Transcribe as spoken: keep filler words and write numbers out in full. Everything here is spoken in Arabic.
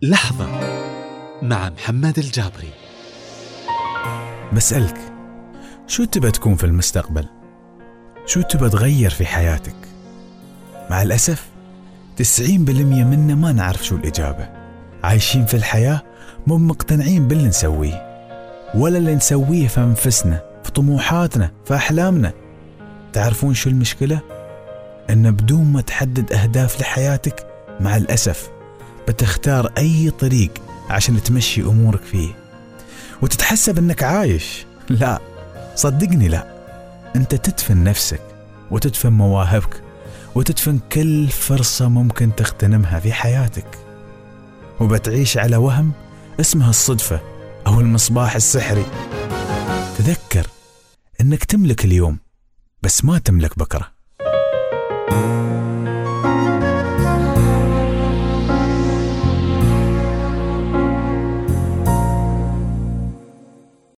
لحظة مع محمد الجابري. بسألك، شو تبى تكون في المستقبل؟ شو تبى تغير في حياتك؟ مع الأسف تسعين بالمية منا ما نعرف شو الإجابة. عايشين في الحياة مو مقتنعين باللي نسويه ولا اللي نسويه في أنفسنا، في طموحاتنا، في أحلامنا. تعرفون شو المشكلة؟ أن بدون ما تحدد أهداف لحياتك، مع الأسف بتختار أي طريق عشان تمشي أمورك فيه وتتحسب أنك عايش. لا، صدقني لا، أنت تدفن نفسك وتدفن مواهبك وتدفن كل فرصة ممكن تغتنمها في حياتك، وبتعيش على وهم اسمها الصدفة أو المصباح السحري. تذكر أنك تملك اليوم بس ما تملك بكرة.